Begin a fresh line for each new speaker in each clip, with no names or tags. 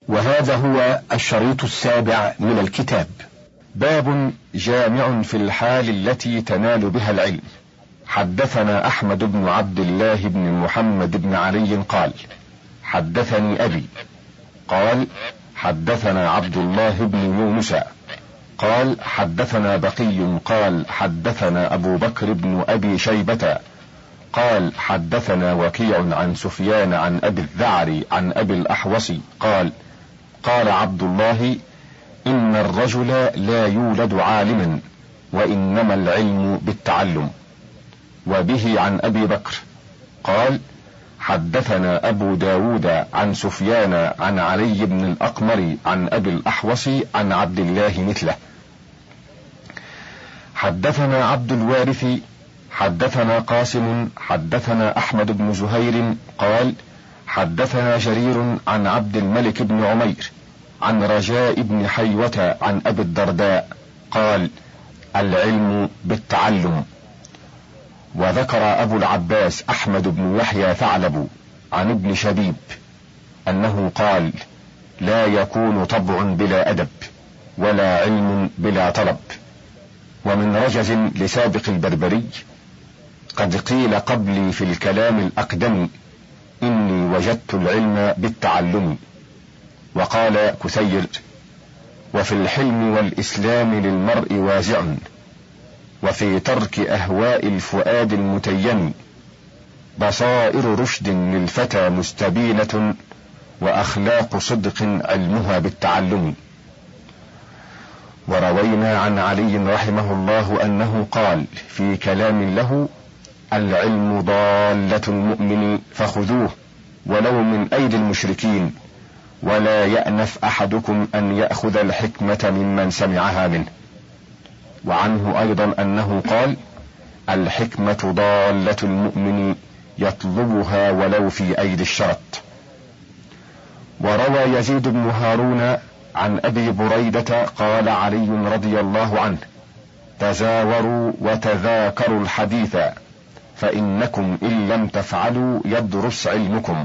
وهذا هو الشريط 7 من الكتاب. باب جامع في الحال التي تنال بها العلم. حدثنا أحمد بن عبد الله بن محمد بن علي قال: حدثني أبي قال: حدثنا عبد الله بن يونس قال: حدثنا بقي قال: حدثنا أبو بكر بن أبي شيبة قال: حدثنا وكيع عن سفيان عن أبي الذعر عن أبي الأحوص قال: قال عبد الله: إن الرجل لا يولد عالما، وإنما العلم بالتعلم. وبه عن أبي بكر قال: حدثنا أبو داود عن سفيان عن علي بن الأقمر عن أبي الأحوص عن عبد الله مثله. حدثنا عبد الوارث حدثنا قاسم حدثنا أحمد بن زهير قال: حدثنا جرير عن عبد الملك بن عمير عن رجاء بن حيوة عن أبي الدرداء قال: العلم بالتعلم. وذكر أبو العباس أحمد بن يحيى ثعلب عن ابن شبيب أنه قال: لا يكون طبع بلا أدب، ولا علم بلا طلب. ومن رجز لسابق البربري: قد قيل قبلي في الكلام الأقدم إني وجدت العلم بالتعلم. وقال كثير: وفي الحلم والإسلام للمرء وازع، وفي ترك أهواء الفؤاد المتين، بصائر رشد للفتى مستبينة، وأخلاق صدق علمها بالتعلم. وروينا عن علي رحمه الله أنه قال في كلام له: العلم ضالة المؤمن فخذوه ولو من أيدي المشركين، ولا يأنف أحدكم أن يأخذ الحكمة ممن سمعها منه. وعنه أيضا أنه قال: الحكمة ضالة المؤمن يطلبها ولو في أيدي الشرط. وروى يزيد بن هارون عن أبي بريدة قال علي رضي الله عنه: تزاوروا وتذاكروا الحديث، فإنكم إن لم تفعلوا يدرس علمكم.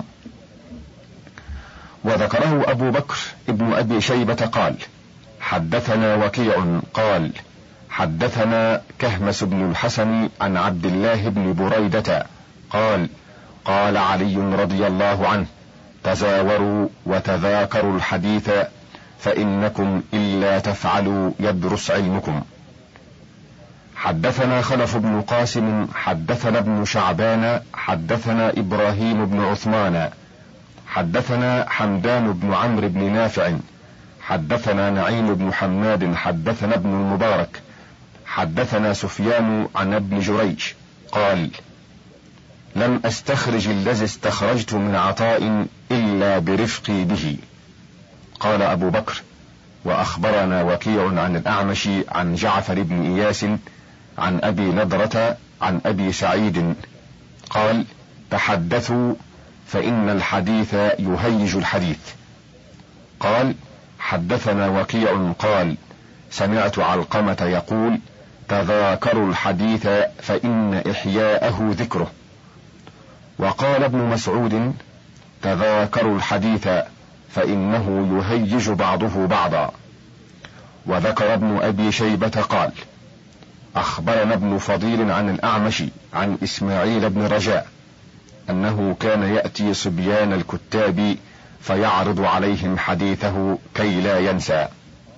وذكره أبو بكر ابن أبي شيبة قال: حدثنا وكيع قال: حدثنا كهمس بن الحسن عن عبد الله بن بريدة قال: قال علي رضي الله عنه: تزاوروا وتذاكروا الحديث، فإنكم إلا تفعلوا يدرس علمكم. حدثنا خلف بن قاسم حدثنا ابن شعبان حدثنا إبراهيم بن عثمان حدثنا حمدان بن عمرو بن نافع حدثنا نعيم بن حماد حدثنا ابن المبارك حدثنا سفيان عن ابن جريج قال: لم أستخرج الذي استخرجت من عطاء إلا برفقي به. قال أبو بكر: وأخبرنا وكيع عن الأعمش عن جعفر بن إياس عن أبي نضرة عن أبي سعيد قال: تحدثوا فإن الحديث يهيج الحديث. قال: حدثنا وكيع قال: سمعت علقمة يقول: تذاكروا الحديث فإن إحياءه ذكره. وقال ابن مسعود: تذاكروا الحديث فإنه يهيج بعضه بعضا. وذكر ابن أبي شيبة قال: أخبرنا ابن فضيل عن الأعمش عن إسماعيل بن رجاء أنه كان يأتي صبيان الكتاب فيعرض عليهم حديثه كي لا ينسى.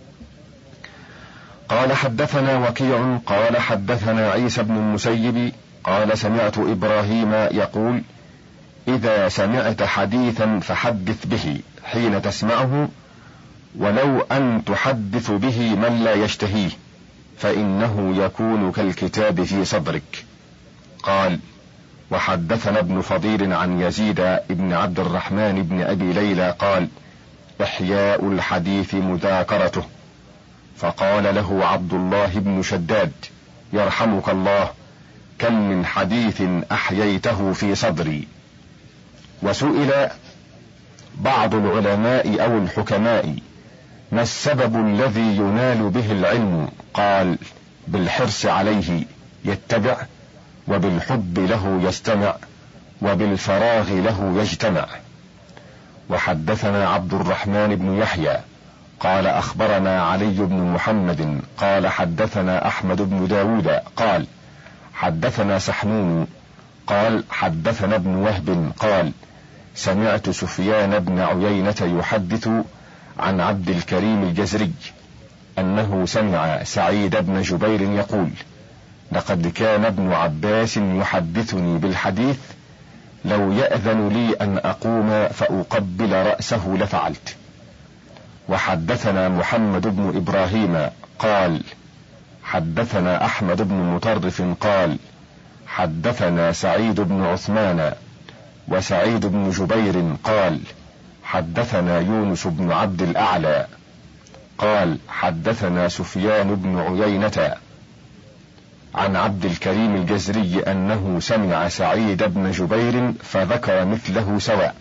قال: حدثنا وكيع قال: حدثنا عيسى بن المسيب قال: سمعت إبراهيم يقول: إذا سمعت حديثا فحدث به حين تسمعه، ولو أن تحدث به من لا يشتهيه، فإنه يكون كالكتاب في صدرك. قال: وحدثنا ابن فضيل عن يزيد بن عبد الرحمن بن أبي ليلى قال: إحياء الحديث مذاكرته. فقال له عبد الله بن شداد: يرحمك الله، كم من حديث أحييته في صدري. وسئل بعض العلماء أو الحكماء: ما السبب الذي ينال به العلم؟ قال: بالحرص عليه يتبع، وبالحب له يستمع، وبالفراغ له يجتمع. وحدثنا عبد الرحمن بن يحيى قال أخبرنا علي بن محمد قال حدثنا أحمد بن داود قال حدثنا سحنون قال حدثنا ابن وهب قال سمعت سفيان بن عيينة يحدث عن عبد الكريم الجزري أنه سمع سعيد بن جبير يقول لقد كان ابن عباس يحدثني بالحديث لو يأذن لي أن أقوم فأقبل رأسه لفعلت. وحدثنا محمد بن إبراهيم قال حدثنا أحمد بن مطرف قال حدثنا سعيد بن عثمان وسعيد بن جبير قال حدثنا يونس بن عبد الأعلى قال حدثنا سفيان بن عيينة عن عبد الكريم الجزري أنه سمع سعيد بن جبير فذكر مثله سواء.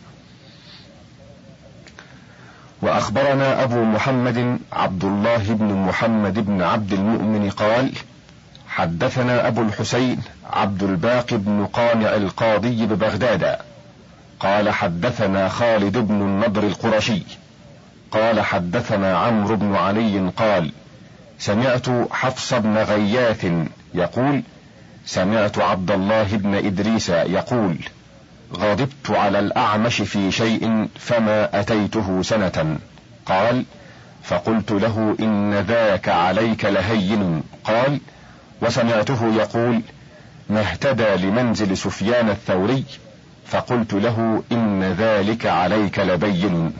وأخبرنا أبو محمد عبد الله بن محمد بن عبد المؤمن قال حدثنا أبو الحسين عبد الباقي بن قانع القاضي ببغداد قال حدثنا خالد بن النضر القرشي قال حدثنا عمرو بن علي قال سمعت حفص بن غياث يقول سمعت عبد الله بن إدريس يقول غضبت على الأعمش في شيء فما أتيته سنة قال فقلت له إن ذاك عليك لهين قال وسمعته يقول ما اهتدى لمنزل سفيان الثوري فقلت له إن ذلك عليك لبين.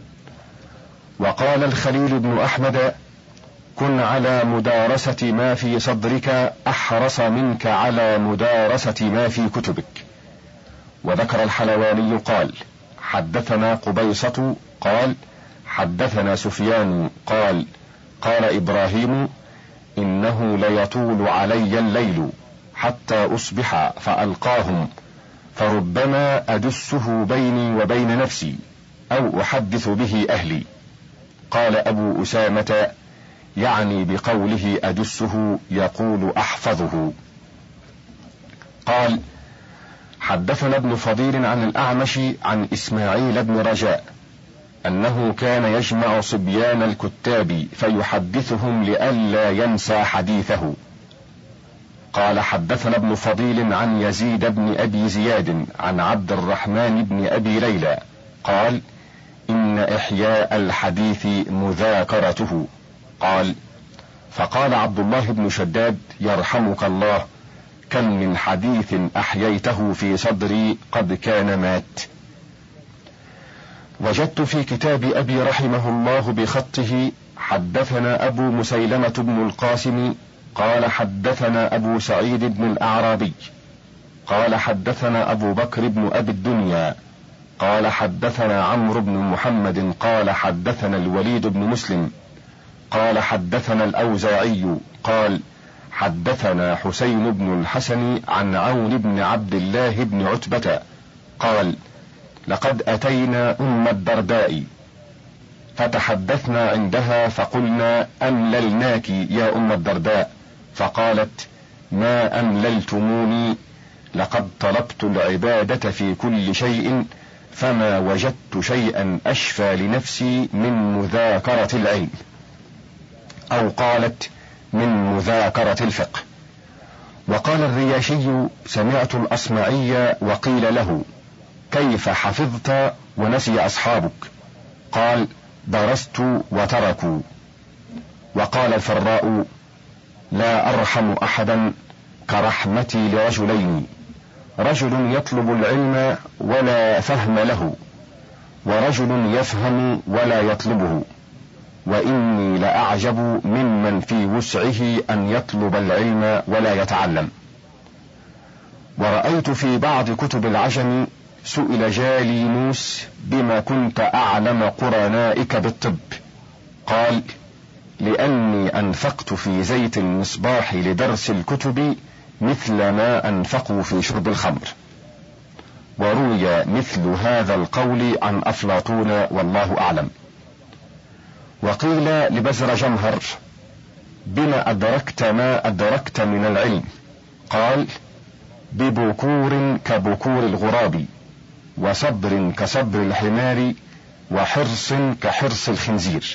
وقال الخليل بن أحمد كن على مدارسة ما في صدرك أحرص منك على مدارسة ما في كتبك. وذكر الحلواني قال حدثنا قبيصة قال حدثنا سفيان قال قال إبراهيم إنه ليطول علي الليل حتى أصبح فألقاهم فربما أدسه بيني وبين نفسي أو أحدث به أهلي. قال أبو أسامة يعني بقوله أدسه يقول أحفظه. قال حدثنا ابن فضيل عن الأعمش عن إسماعيل بن رجاء أنه كان يجمع صبيان الكتاب فيحدثهم لئلا ينسى حديثه. قال حدثنا ابن فضيل عن يزيد بن أبي زياد عن عبد الرحمن بن أبي ليلى قال إن إحياء الحديث مذاكرته. قال فقال عبد الله بن شداد يرحمك الله كم من حديث أحييته في صدري قد كان مات. وجدت في كتاب أبي رحمه الله بخطه حدثنا أبو مسيلمة بن القاسم قال حدثنا أبو سعيد بن الأعرابي قال حدثنا أبو بكر بن أبي الدنيا قال حدثنا عمرو بن محمد قال حدثنا الوليد بن مسلم قال حدثنا الأوزاعي قال حدثنا حسين بن الحسن عن عون بن عبد الله بن عتبة قال لقد أتينا أم الدرداء فتحدثنا عندها فقلنا أمللناك يا أم الدرداء فقالت ما أمللتموني لقد طلبت العبادة في كل شيء فما وجدت شيئا أشفى لنفسي من مذاكرة العلم أو قالت من مذاكرة الفقه. وقال الرياشي سمعت الأصمعي وقيل له كيف حفظت ونسي أصحابك قال درست وتركوا. وقال الفراء لا أرحم أحدا كرحمتي لرجلين رجل يطلب العلم ولا فهم له ورجل يفهم ولا يطلبه وإني لأعجب ممن في وسعه أن يطلب العلم ولا يتعلم. ورأيت في بعض كتب العجم سئل جالينوس بما كنت أعلم قرنائك بالطب قال لأني أنفقت في زيت المصباح لدرس الكتب مثل ما أنفقوا في شرب الخمر. وروي مثل هذا القول عن أفلاطون والله أعلم. وقيل لبزر جمهر بما أدركت ما أدركت من العلم قال ببكور كبكور الغراب وصبر كصبر الحمار وحرص كحرص الخنزير.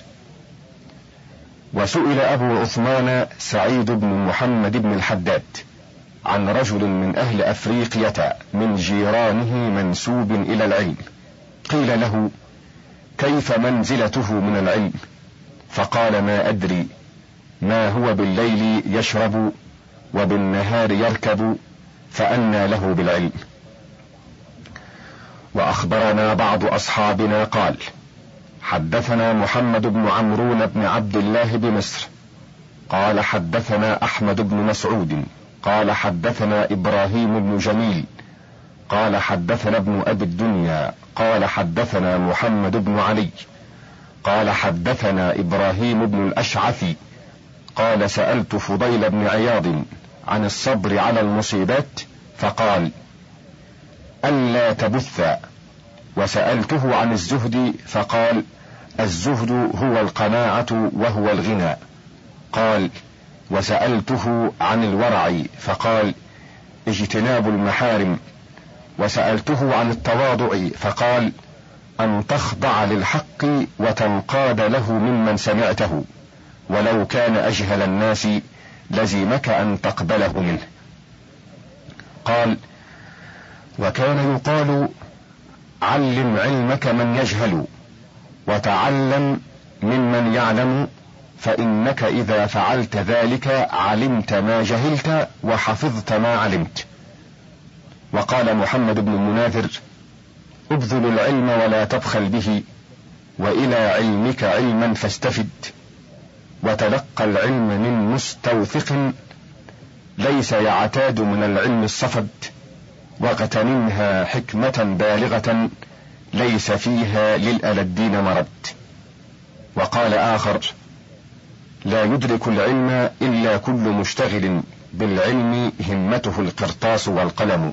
وسئل أبو عثمان سعيد بن محمد بن الحداد عن رجل من أهل أفريقية من جيرانه منسوب إلى العلم، قيل له: كيف منزلته من العلم؟ فقال: ما أدري، ما هو بالليل يشرب وبالنهار يركب، فأنى له بالعلم. وأخبرنا بعض أصحابنا قال: حدثنا محمد بن عمرون بن عبد الله بمصر قال حدثنا أحمد بن مسعود قال حدثنا إبراهيم بن جميل قال حدثنا ابن أبي الدنيا قال حدثنا محمد بن علي قال حدثنا إبراهيم بن الأشعث قال: سألت فضيل بن عياض عن الصبر على المصيبات فقال: ألا تبث. وسألته عن الزهد فقال: الزهد هو القناعة وهو الغنى. قال: وسألته عن الورع فقال: اجتناب المحارم. وسألته عن التواضع فقال: أن تخضع للحق وتنقاد له ممن سمعته، ولو كان أجهل الناس لزمك أن تقبله منه. قال: وكان يقال: علم علمك من يجهل وتعلم ممن يعلم، فإنك إذا فعلت ذلك علمت ما جهلت وحفظت ما علمت. وقال محمد بن المناذر: ابذل العلم ولا تبخل به، وإلى علمك علما فاستفد، وتلقى العلم من مستوثق ليس يعتاد من العلم الصفد، واغتنمها حكمة بالغة ليس فيها للألدين مرد. وقال آخر: لا يدرك العلم إلا كل مشتغل بالعلم همته القرطاس والقلم.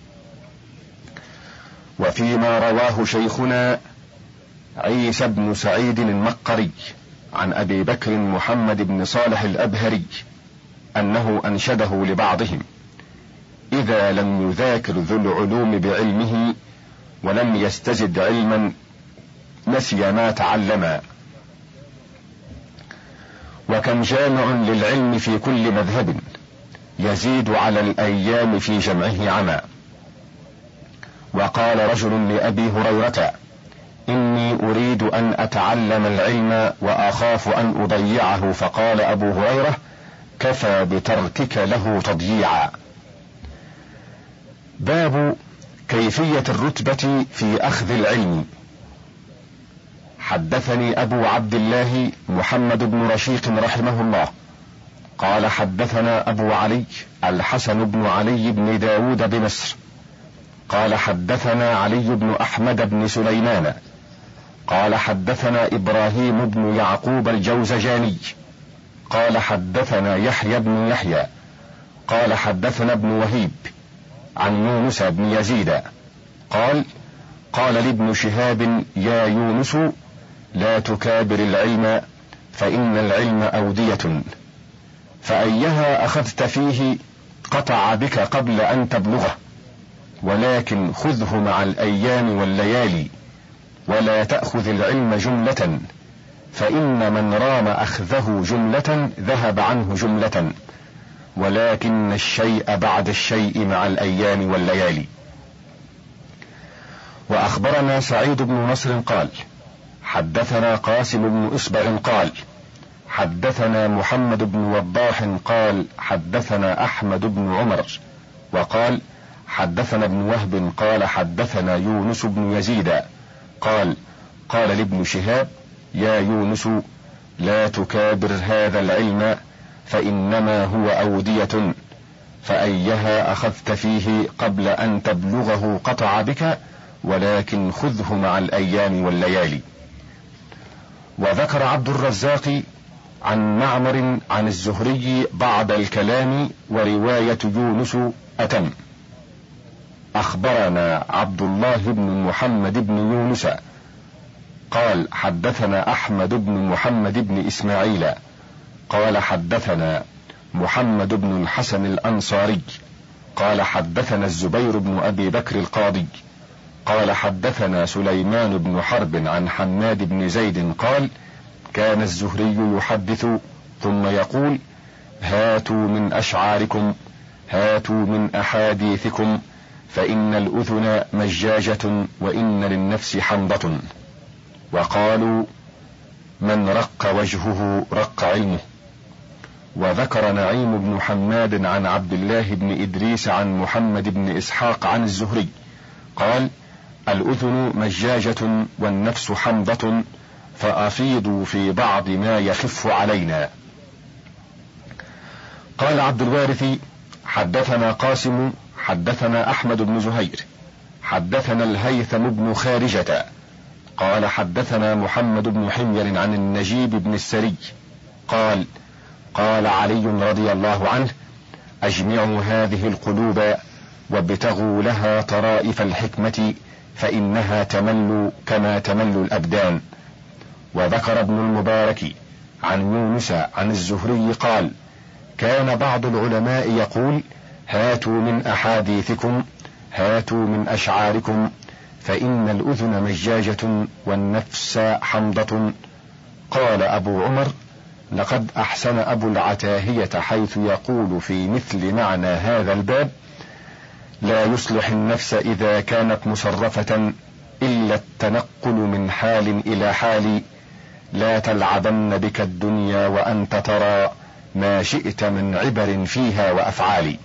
وفيما رواه شيخنا عيسى بن سعيد المقري عن أبي بكر محمد بن صالح الأبهري أنه أنشده لبعضهم: إذا لم يذاكر ذو العلوم بعلمه ولم يستزد علما نسي ما تعلما. وكم جامع للعلم في كل مذهب يزيد على الأيام في جمعه عما. وقال رجل لأبي هريرة: إني أريد أن أتعلم العلم وأخاف أن أضيعه، فقال أبو هريرة: كفى بتركك له تضييعا. باب كيفية الرتبة في أخذ العلم. حدثني أبو عبد الله محمد بن رشيق رحمه الله قال حدثنا أبو علي الحسن بن علي بن داود بمصر قال حدثنا علي بن أحمد بن سليمان قال حدثنا إبراهيم بن يعقوب الجوزجاني قال حدثنا يحيى بن يحيى قال حدثنا ابن وهيب عن يونس بن يزيد قال: قال لابن شهاب: يا يونس لا تكابر العلم، فإن العلم أودية، فأيها أخذت فيه قطع بك قبل أن تبلغه، ولكن خذه مع الأيام والليالي، ولا تأخذ العلم جملة، فإن من رام أخذه جملة ذهب عنه جملة، ولكن الشيء بعد الشيء مع الأيام والليالي. وأخبرنا سعيد بن نصر قال حدثنا قاسم بن إصبغ قال حدثنا محمد بن وضاح قال حدثنا أحمد بن عمر وقال حدثنا ابن وهب قال حدثنا يونس بن يزيد قال: قال لابن شهاب: يا يونس لا تكابر هذا العلم، فإنما هو أودية، فأيها أخذت فيه قبل أن تبلغه قطع بك، ولكن خذه مع الأيام والليالي. وذكر عبد الرزاق عن معمر عن الزهري بعض الكلام، ورواية يونس أتم. أخبرنا عبد الله بن محمد بن يونس قال حدثنا أحمد بن محمد بن إسماعيل قال حدثنا محمد بن الحسن الأنصاري قال حدثنا الزبير بن أبي بكر القاضي قال حدثنا سليمان بن حرب عن حماد بن زيد قال كان الزهري يحدث ثم يقول هاتوا من أشعاركم هاتوا من أحاديثكم فإن الأذن مجاجة وإن للنفس حمضة. وقالوا من رق وجهه رق علمه. وذكر نعيم بن حماد عن عبد الله بن إدريس عن محمد بن إسحاق عن الزهري قال الأذن مجاجة والنفس حمضة فأفيضوا في بعض ما يخف علينا. قال عبد الوارث حدثنا قاسم حدثنا أحمد بن زهير حدثنا الهيثم بن خارجة قال حدثنا محمد بن حمير عن النجيب بن السري قال قال علي رضي الله عنه أجمعوا هذه القلوب وابتغوا لها طرائف الحكمة فإنها تمل كما تمل الأبدان. وذكر ابن المبارك عن يونس عن الزهري قال كان بعض العلماء يقول هاتوا من أحاديثكم هاتوا من أشعاركم فإن الأذن مجاجة والنفس حمضة. قال أبو عمر لقد أحسن أبو العتاهية حيث يقول في مثل معنى هذا الباب لا يصلح النفس إذا كانت مصرفة إلا التنقل من حال إلى حال لا تلعبن بك الدنيا وأنت ترى ما شئت من عبر فيها وأفعال.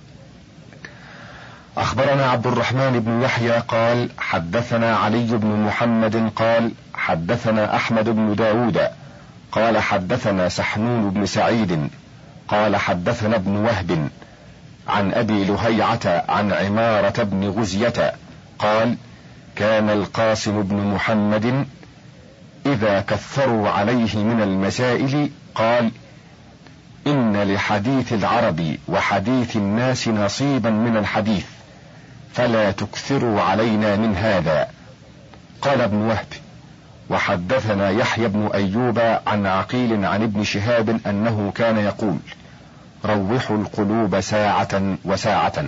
أخبرنا عبد الرحمن بن يحيى قال حدثنا علي بن محمد قال حدثنا أحمد بن داود قال حدثنا سحنون بن سعيد قال حدثنا ابن وهب عن أبي لهيعة عن عمارة بن غزية قال كان القاسم بن محمد إذا كثروا عليه من المسائل قال إن لحديث العرب وحديث الناس نصيبا من الحديث فلا تكثروا علينا من هذا. قال ابن وهب وحدثنا يحيى بن أيوب عن عقيل عن ابن شهاب أنه كان يقول روحوا القلوب ساعة وساعة.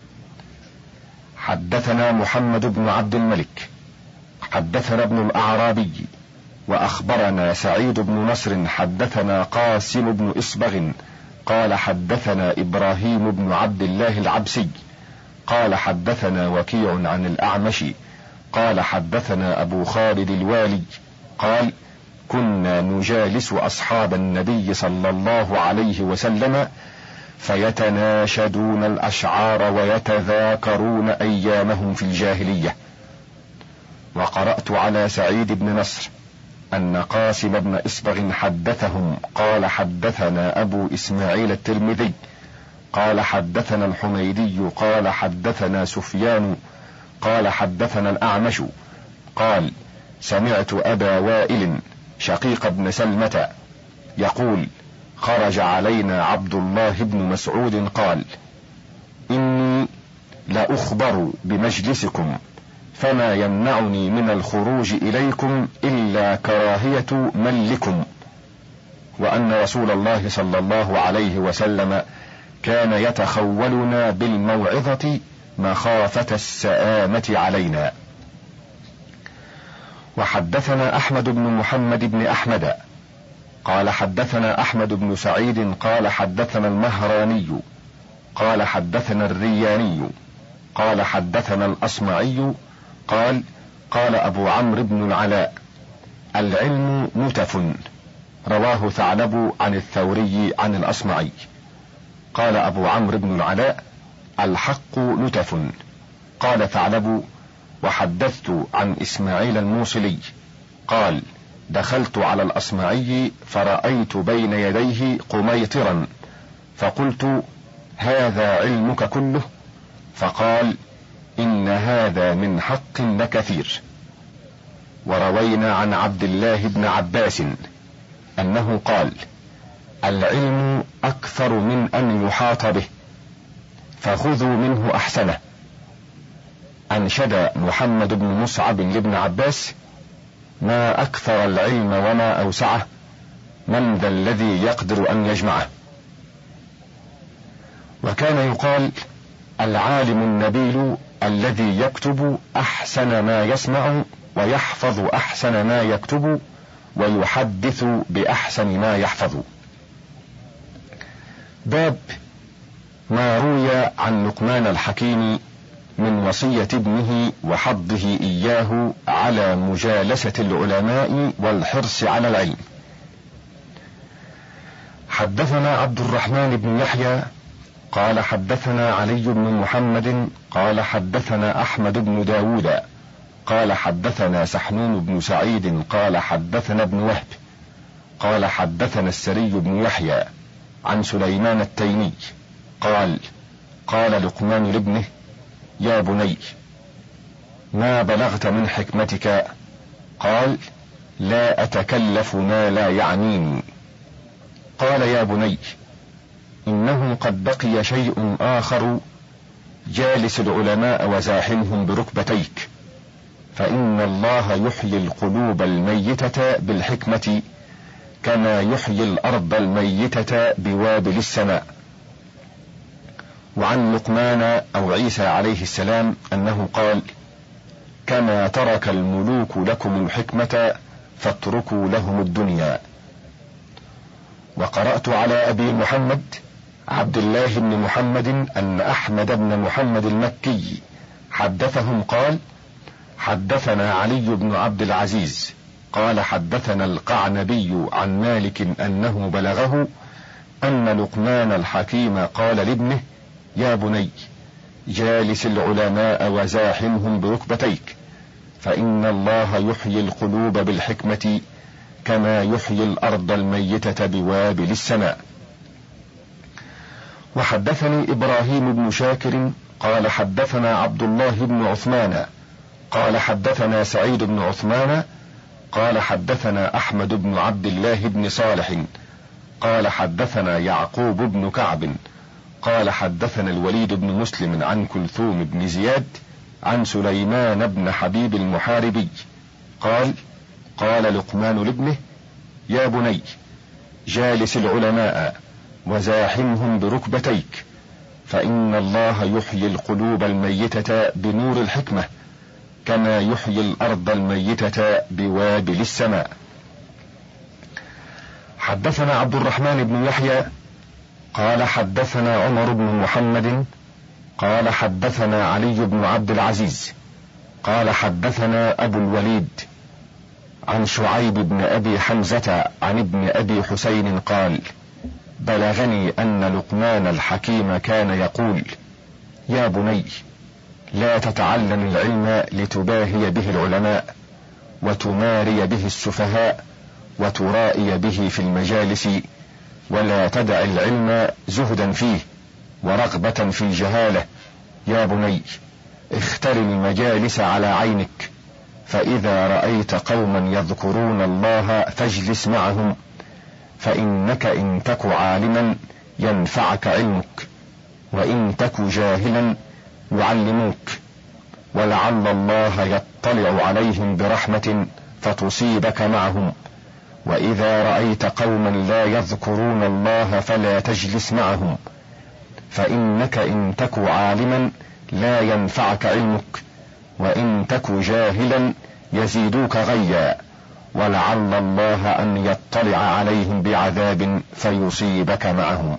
حدثنا محمد بن عبد الملك حدثنا ابن الأعرابي وأخبرنا سعيد بن نصر حدثنا قاسم بن إصبغ قال حدثنا إبراهيم بن عبد الله العبسي قال حدثنا وكيع عن الأعمش قال حدثنا أبو خالد الوالي قال كنا نجالس أصحاب النبي صلى الله عليه وسلم فيتناشدون الأشعار ويتذاكرون أيامهم في الجاهلية. وقرأت على سعيد بن نصر أن قاسم بن إصبغ حدثهم قال حدثنا أبو إسماعيل الترمذي قال حدثنا الحميدي قال حدثنا سفيان قال حدثنا الأعمش قال سمعت أبا وائل شقيق بن سلمة يقول خرج علينا عبد الله بن مسعود قال إني لأخبر بمجلسكم فما يمنعني من الخروج إليكم إلا كراهية ملكم، وأن رسول الله صلى الله عليه وسلم كان يتخولنا بالموعظة مخافة السآمة علينا. وحدثنا أحمد بن محمد بن أحمد قال حدثنا أحمد بن سعيد قال حدثنا المهراني قال حدثنا الرياني قال حدثنا الأصمعي قال قال أبو عمرو بن العلاء العلم نتف، رواه ثعلب عن الثوري عن الأصمعي. قال أبو عمرو بن العلاء الحق نتف. قال ثعلب وحدثت عن إسماعيل الموصلي قال دخلت على الأصمعي فرأيت بين يديه قميطرا فقلت هذا علمك كله؟ فقال إن هذا من حق لكثير. وروينا عن عبد الله بن عباس أنه قال العلم أكثر من أن يحاط به فخذوا منه أحسنه. أنشد محمد بن مصعب لابن عباس ما أكثر العلم وما أوسعه، من ذا الذي يقدر أن يجمعه. وكان يقال العالم النبيل الذي يكتب أحسن ما يسمع ويحفظ أحسن ما يكتب ويحدث بأحسن ما يحفظ. باب ما روي عن لقمان الحكيم من وصية ابنه وحضه إياه على مجالسة العلماء والحرص على العلم. حدثنا عبد الرحمن بن يحيى قال حدثنا علي بن محمد قال حدثنا أحمد بن داود قال حدثنا سحنون بن سعيد قال حدثنا ابن وهب قال حدثنا السري بن يحيى عن سليمان التيمي قال قال لقمان لابنه يا بني ما بلغت من حكمتك؟ قال لا أتكلف ما لا يعنيني. قال يا بني إنه قد بقي شيء آخر، جالس العلماء وزاحمهم بركبتيك، فإن الله يحيي القلوب الميتة بالحكمة كما يحيي الأرض الميتة بوابل السماء. وعن لقمان أو عيسى عليه السلام أنه قال كما ترك الملوك لكم الحكمة فاتركوا لهم الدنيا. وقرأت على أبي محمد عبد الله بن محمد أن أحمد بن محمد المكي حدثهم قال حدثنا علي بن عبد العزيز قال حدثنا القعنبي عن مالك أنه بلغه أن لقمان الحكيم قال لابنه يا بني جالس العلماء وزاحمهم بركبتيك، فإن الله يحيي القلوب بالحكمة كما يحيي الأرض الميتة بوابل السماء. وحدثني إبراهيم بن شاكر قال حدثنا عبد الله بن عثمان قال حدثنا سعيد بن عثمان قال حدثنا أحمد بن عبد الله بن صالح قال حدثنا يعقوب بن كعب قال حدثنا الوليد بن مسلم عن كلثوم بن زياد عن سليمان بن حبيب المحاربي قال قال لقمان لابنه يا بني جالس العلماء وزاحمهم بركبتيك، فإن الله يحيي القلوب الميتة بنور الحكمة كما يحيي الأرض الميتة بوابل السماء. حدثنا عبد الرحمن بن يحيى قال حدثنا عمر بن محمد قال حدثنا علي بن عبد العزيز قال حدثنا أبو الوليد عن شعيب بن أبي حمزة عن ابن أبي حسين قال بلغني أن لقمان الحكيم كان يقول يا بني لا تتعلم العلم لتباهي به العلماء وتماري به السفهاء وترائي به في المجالس، ولا تدع العلم زهدا فيه ورغبة في الجهالة. يا بني اختر المجالس على عينك، فإذا رأيت قوما يذكرون الله فاجلس معهم، فإنك إن تك عالما ينفعك علمك، وإن تك جاهلا يعلموك، ولعل الله يطلع عليهم برحمة فتصيبك معهم. وإذا رأيت قوما لا يذكرون الله فلا تجلس معهم، فإنك إن تك عالما لا ينفعك علمك، وإن تك جاهلا يزيدوك غيا، ولعل الله أن يطلع عليهم بعذاب فيصيبك معهم.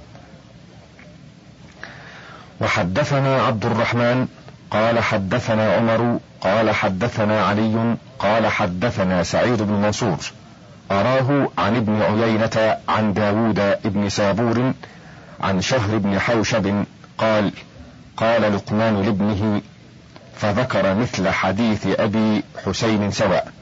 وحدثنا عبد الرحمن قال حدثنا عمر قال حدثنا علي قال حدثنا سعيد بن منصور أراه عن ابن عيينة عن داود ابن سابور عن شهر بن حوشب قال قال لقمان لابنه، فذكر مثل حديث أبي حسين سواء.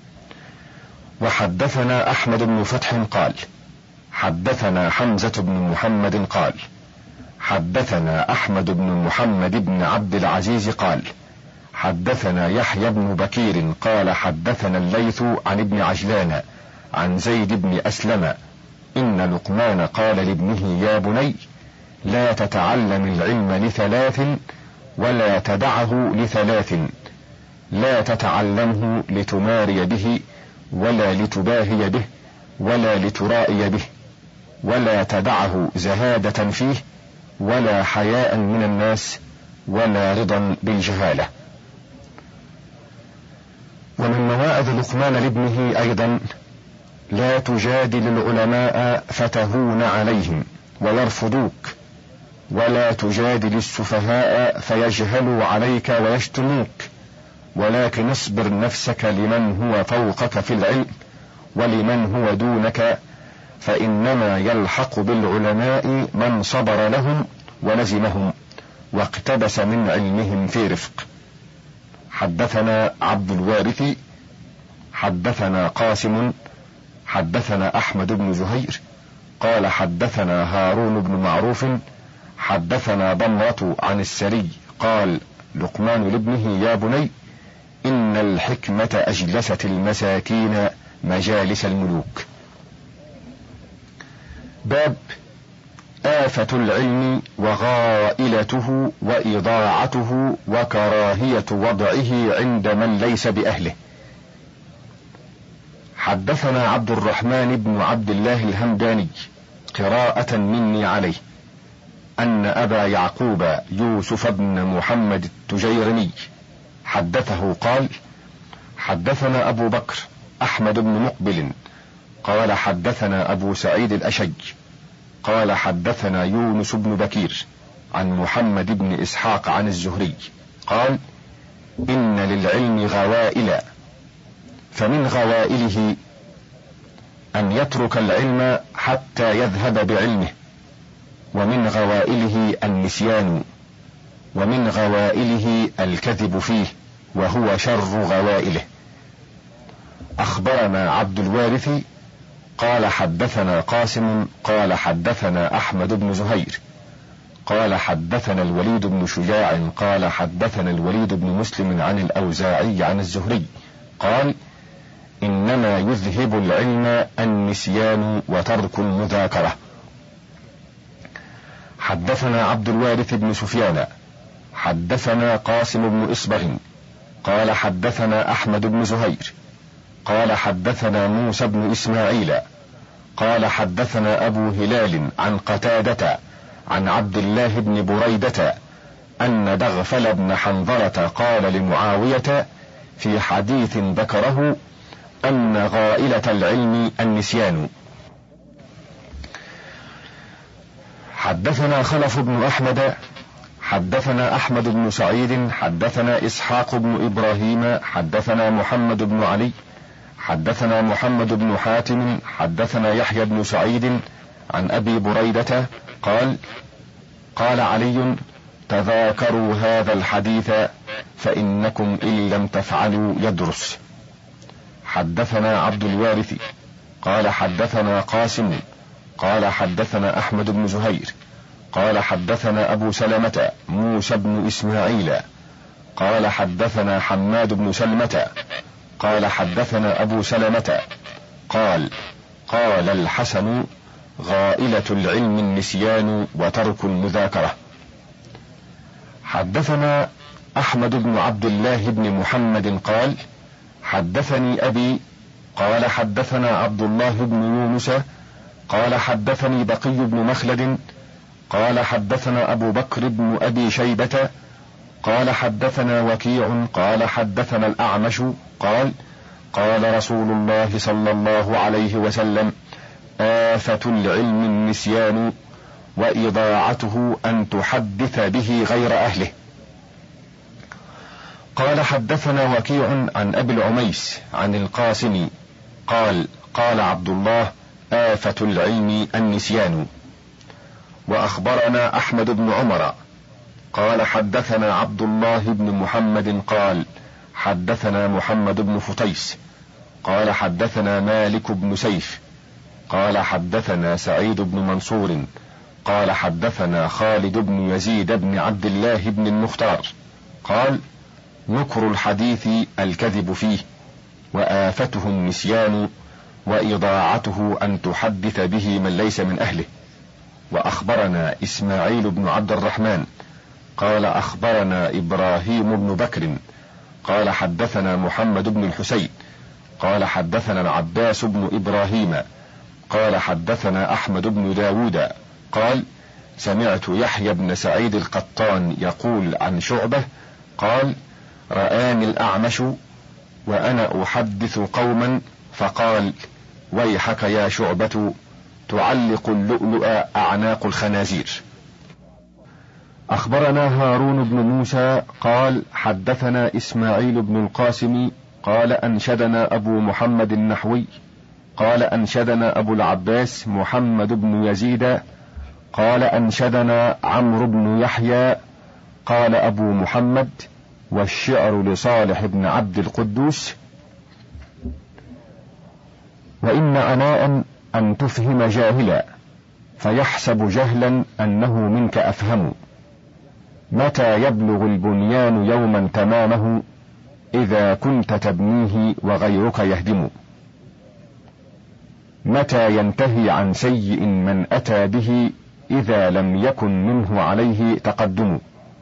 وحدثنا أحمد بن فتح قال حدثنا حمزة بن محمد قال حدثنا أحمد بن محمد بن عبد العزيز قال حدثنا يحيى بن بكير قال حدثنا الليث عن ابن عجلان عن زيد بن أسلم إن لقمان قال لابنه يا بني لا تتعلم العلم لثلاث ولا تدعه لثلاث، لا تتعلمه لتماري به ولا لتباهي به ولا لترائي به، ولا تدعه زهادة فيه ولا حياء من الناس، ولا رضا بالجهالة. ومن مواعظ لقمان لابنه أيضا: لا تجادل العلماء فتهون عليهم ويرفضوك، ولا تجادل السفهاء فيجهلوا عليك ويشتموك، ولكن اصبر نفسك لمن هو فوقك في العلم ولمن هو دونك، فإنما يلحق بالعلماء من صبر لهم ولزمهم واقتبس من علمهم في رفق. حدثنا عبد الوارث حدثنا قاسم حدثنا أحمد بن زهير قال حدثنا هارون بن معروف حدثنا ضمرة عن السري قال: لقمان لابنه: يا بني، إن الحكمة أجلست المساكين مجالس الملوك. باب آفة العلم وغائلته وإضاعته وكراهية وضعه عند من ليس بأهله. حدثنا عبد الرحمن بن عبد الله الهمداني قراءة مني عليه أن أبا يعقوب يوسف بن محمد التجيرمي حدثه قال: حدثنا أبو بكر أحمد بن مقبل قال حدثنا أبو سعيد الأشج قال حدثنا يونس بن بكير عن محمد بن إسحاق عن الزهري قال: إن للعلم غوائل، فمن غوائله أن يترك العلم حتى يذهب بعلمه، ومن غوائله النسيان، ومن غوائله الكذب فيه وهو شر غوائله. أخبرنا عبد الوارث قال حدثنا قاسم قال حدثنا أحمد بن زهير قال حدثنا الوليد بن شجاع قال حدثنا الوليد بن مسلم عن الأوزاعي عن الزهري قال: إنما يذهب العلم النسيان وترك المذاكرة. حدثنا عبد الوارث بن سفيان حدثنا قاسم بن إصبغ قال حدثنا أحمد بن زهير قال حدثنا موسى بن إسماعيل قال حدثنا أبو هلال عن قتادة عن عبد الله بن بريدة أن دغفل بن حنظلة قال لمعاوية في حديث ذكره أن غائلة العلم النسيان. حدثنا خلف بن أحمد حدثنا أحمد بن سعيد حدثنا إسحاق بن إبراهيم حدثنا محمد بن علي حدثنا محمد بن حاتم حدثنا يحيى بن سعيد عن أبي بريدة قال: قال علي: تذاكروا هذا الحديث فإنكم إن لم تفعلوا يدرس. حدثنا عبد الوارث قال حدثنا قاسم قال حدثنا أحمد بن زهير قال حدثنا أبو سلمة موسى بن إسماعيل قال حدثنا حماد بن سلمة قال حدثنا أبو سلمة قال: قال الحسن: غائلة العلم النسيان وترك المذاكرة. حدثنا أحمد بن عبد الله بن محمد قال: حدثني أبي قال حدثنا عبد الله بن يونس قال حدثني بقي بن مخلد قال حدثنا أبو بكر بن أبي شيبة قال حدثنا وكيع قال حدثنا الأعمش قال: قال رسول الله صلى الله عليه وسلم: آفة العلم النسيان وإضاعته أن تحدث به غير أهله. قال حدثنا وكيع عن أبي العميس عن القاسم قال: قال عبد الله: آفة العلم النسيان. وأخبرنا أحمد بن عمر قال حدثنا عبد الله بن محمد قال حدثنا محمد بن فتيس قال حدثنا مالك بن سيف قال حدثنا سعيد بن منصور قال حدثنا خالد بن يزيد بن عبد الله بن المختار قال: نكر الحديث الكذب فيه، وآفته النسيان، وإضاعته أن تحدث به من ليس من أهله. وأخبرنا إسماعيل بن عبد الرحمن قال أخبرنا إبراهيم بن بكر قال حدثنا محمد بن الحسين قال حدثنا العباس بن إبراهيم قال حدثنا أحمد بن داود قال: سمعت يحيى بن سعيد القطان يقول عن شعبة قال: رآني الأعمش وأنا أحدث قوما فقال: ويحك يا شعبة، تعلق اللؤلؤ أعناق الخنازير. أخبرنا هارون بن موسى قال: حدثنا إسماعيل بن القاسم قال: أنشدنا أبو محمد النحوي قال: أنشدنا أبو العباس محمد بن يزيد قال: أنشدنا عمرو بن يحيى قال أبو محمد: والشعر لصالح بن عبد القدوس. وإن عناء أن تفهم جاهلا فيحسب جهلا أنه منك أفهم، متى يبلغ البنيان يوما تمامه إذا كنت تبنيه وغيرك يهدم، متى ينتهي عن سيء من أتى به إذا لم يكن منه عليه تقدم.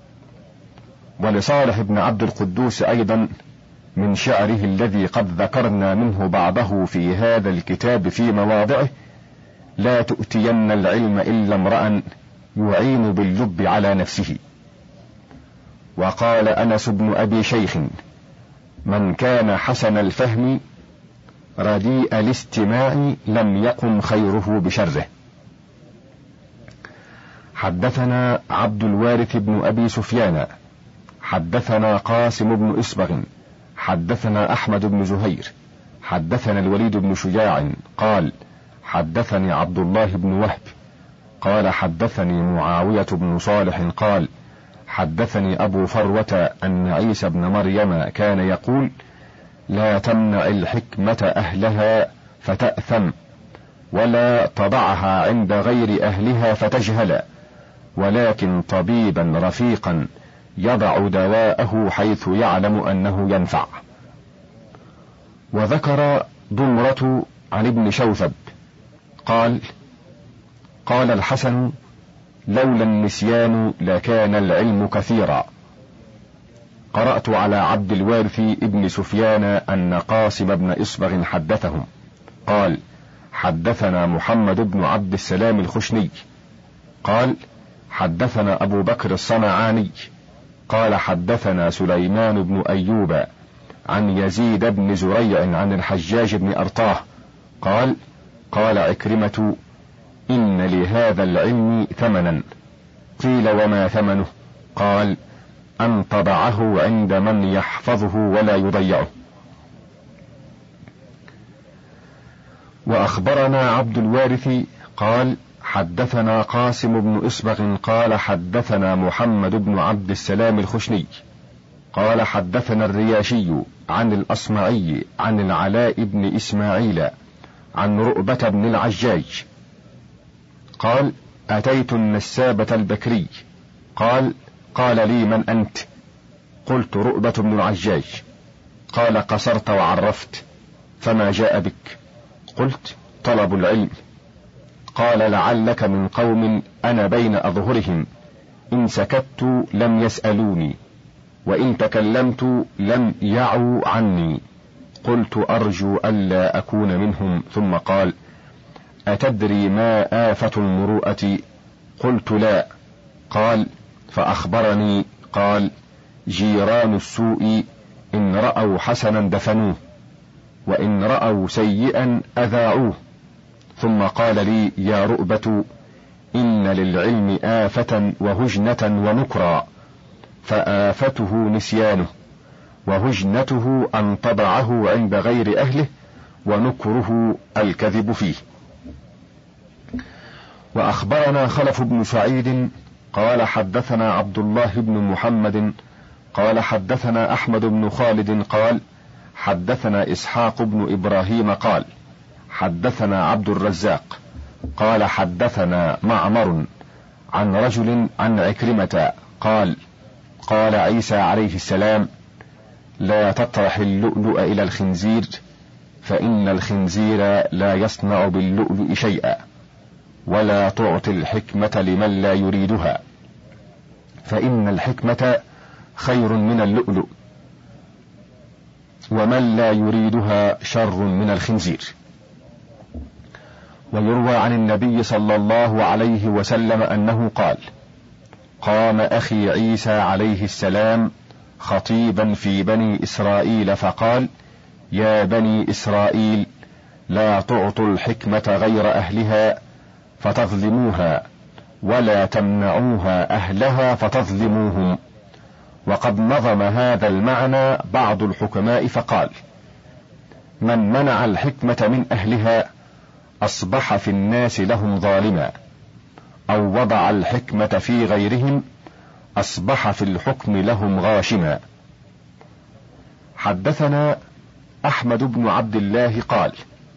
ولصالح بن عبد القدوس أيضا من شعره الذي قد ذكرنا منه بعضه في هذا الكتاب في مواضعه: لا تؤتين العلم إلا امرأ يعين باللب على نفسه. وقال أنس بن أبي شيخ: من كان حسن الفهم رديء الاستماع لم يقم خيره بشره. حدثنا عبد الوارث بن أبي سفيان حدثنا قاسم بن إصبغ حدثنا أحمد بن زهير حدثنا الوليد بن شجاع قال: حدثني عبد الله بن وهب قال: حدثني معاوية بن صالح قال: حدثني أبو فروة أن عيسى بن مريم كان يقول: لا تمنع الحكمة أهلها فتأثم، ولا تضعها عند غير أهلها فتجهل، ولكن طبيبا رفيقا يضع دواءه حيث يعلم أنه ينفع. وذكر ضمرة عن ابن شوثب قال: قال الحسن: لولا النسيان لكان العلم كثيرا. قرأت على عبد الوارث ابن سفيان أن قاسم بن إصبغ حدثهم قال: حدثنا محمد بن عبد السلام الخشني قال: حدثنا أبو بكر الصنعاني قال: حدثنا سليمان بن أيوب عن يزيد بن زريع عن الحجاج بن أرطاه قال: قال عكرمة: إن لهذا العلم ثمنا. قيل: وما ثمنه؟ قال: أن تضعه عند من يحفظه ولا يضيعه. وأخبرنا عبد الوارث قال: حدثنا قاسم بن إصبغ قال: حدثنا محمد بن عبد السلام الخشني قال: حدثنا الرياشي عن الأصمعي عن العلاء بن إسماعيل عن رؤبة بن العجاج قال: أتيت النسابة البكري قال: قال لي: من أنت؟ قلت: رؤبة بن العجاج. قال: قصرت وعرفت، فما جاء بك؟ قلت: طلب العلم. قال: لعلك من قوم أنا بين أظهرهم، إن سكت لم يسألوني، وإن تكلمت لم يعوا عني. قلت: أرجو ألا أكون منهم. ثم قال: أتدري ما آفة المروءة؟ قلت: لا. قال: فأخبرني قال: جيران السوء إن رأوا حسنا دفنوه، وإن رأوا سيئا أذاعوه. ثم قال لي: يا رؤبة، إن للعلم آفة وهجنة ونكرا، فآفته نسيانه، وهجنته أن تضعه عند غير أهله، ونكره الكذب فيه. وأخبرنا خلف بن سعيد قال: حدثنا عبد الله بن محمد قال: حدثنا أحمد بن خالد قال: حدثنا إسحاق بن إبراهيم قال: حدثنا عبد الرزاق قال: حدثنا معمر عن رجل عن عكرمة قال: قال عيسى عليه السلام: لا تطرح اللؤلؤ إلى الخنزير، فإن الخنزير لا يصنع باللؤلؤ شيئا، ولا تعطي الحكمة لمن لا يريدها، فإن الحكمة خير من اللؤلؤ، ومن لا يريدها شر من الخنزير. ويروى عن النبي صلى الله عليه وسلم أنه قال: قام أخي عيسى عليه السلام خطيبا في بني إسرائيل فقال: يا بني إسرائيل، لا تعطوا الحكمة غير أهلها فتظلموها، ولا تمنعوها أهلها فتظلموهم. وقد نظم هذا المعنى بعض الحكماء فقال: من منع الحكمة من أهلها أصبح في الناس لهم ظالما، أو وضع الحكمة في غيرهم أصبح في الحكم لهم غاشما. حدثنا أحمد بن عبد الله قال: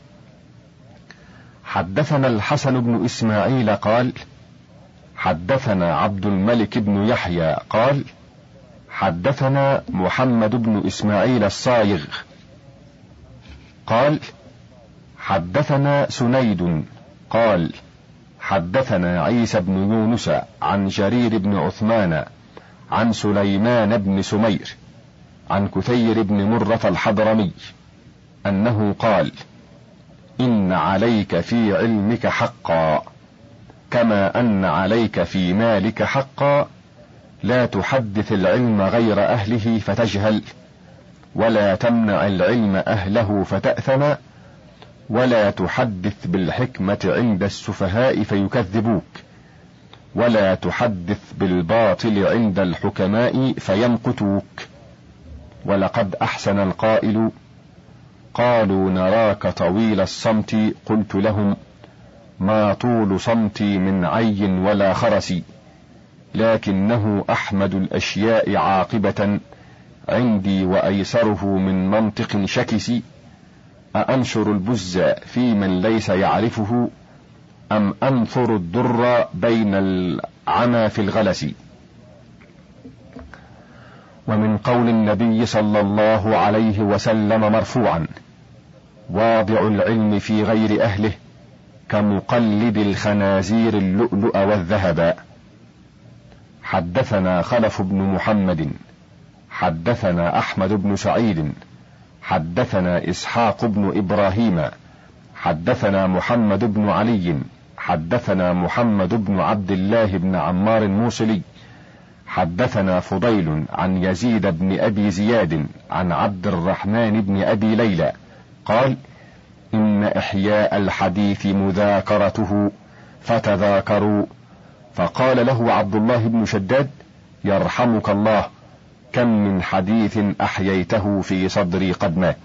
حدثنا الحسن بن إسماعيل قال: حدثنا عبد الملك بن يحيى قال: حدثنا محمد بن إسماعيل الصايغ قال: حدثنا سنيد قال: حدثنا عيسى بن يونس عن جرير بن عثمان عن سليمان بن سمير عن كثير بن مرة الحضرمي أنه قال: إن عليك في علمك حقا، كما أن عليك في مالك حقا، لا تحدث العلم غير أهله فتجهل، ولا تمنع العلم أهله فتأثم، ولا تحدث بالحكمة عند السفهاء فيكذبوك، ولا تحدث بالباطل عند الحكماء فيمقتوك. ولقد أحسن القائل: قالوا نراك طويل الصمت، قلت لهم: ما طول صمتي من عي ولا خرس، لكنه أحمد الأشياء عاقبة عندي وأيسره من منطق شكس. أأنشر البز في من ليس يعرفه، أم أنثر الدر بين العمى في الغلس. ومن قول النبي صلى الله عليه وسلم مرفوعا: واضع العلم في غير أهله كمقلد الخنازير اللؤلؤ والذهب. حدثنا خلف بن محمد حدثنا أحمد بن سعيد حدثنا إسحاق بن إبراهيم حدثنا محمد بن علي حدثنا محمد بن عبد الله بن عمار الموصلي حدثنا فضيل عن يزيد بن أبي زياد عن عبد الرحمن بن أبي ليلى قال: إن إحياء الحديث مذاكرته فتذاكروا. فقال له عبد الله بن شداد: يرحمك الله، كم من حديث أحييته في صدري قد مات.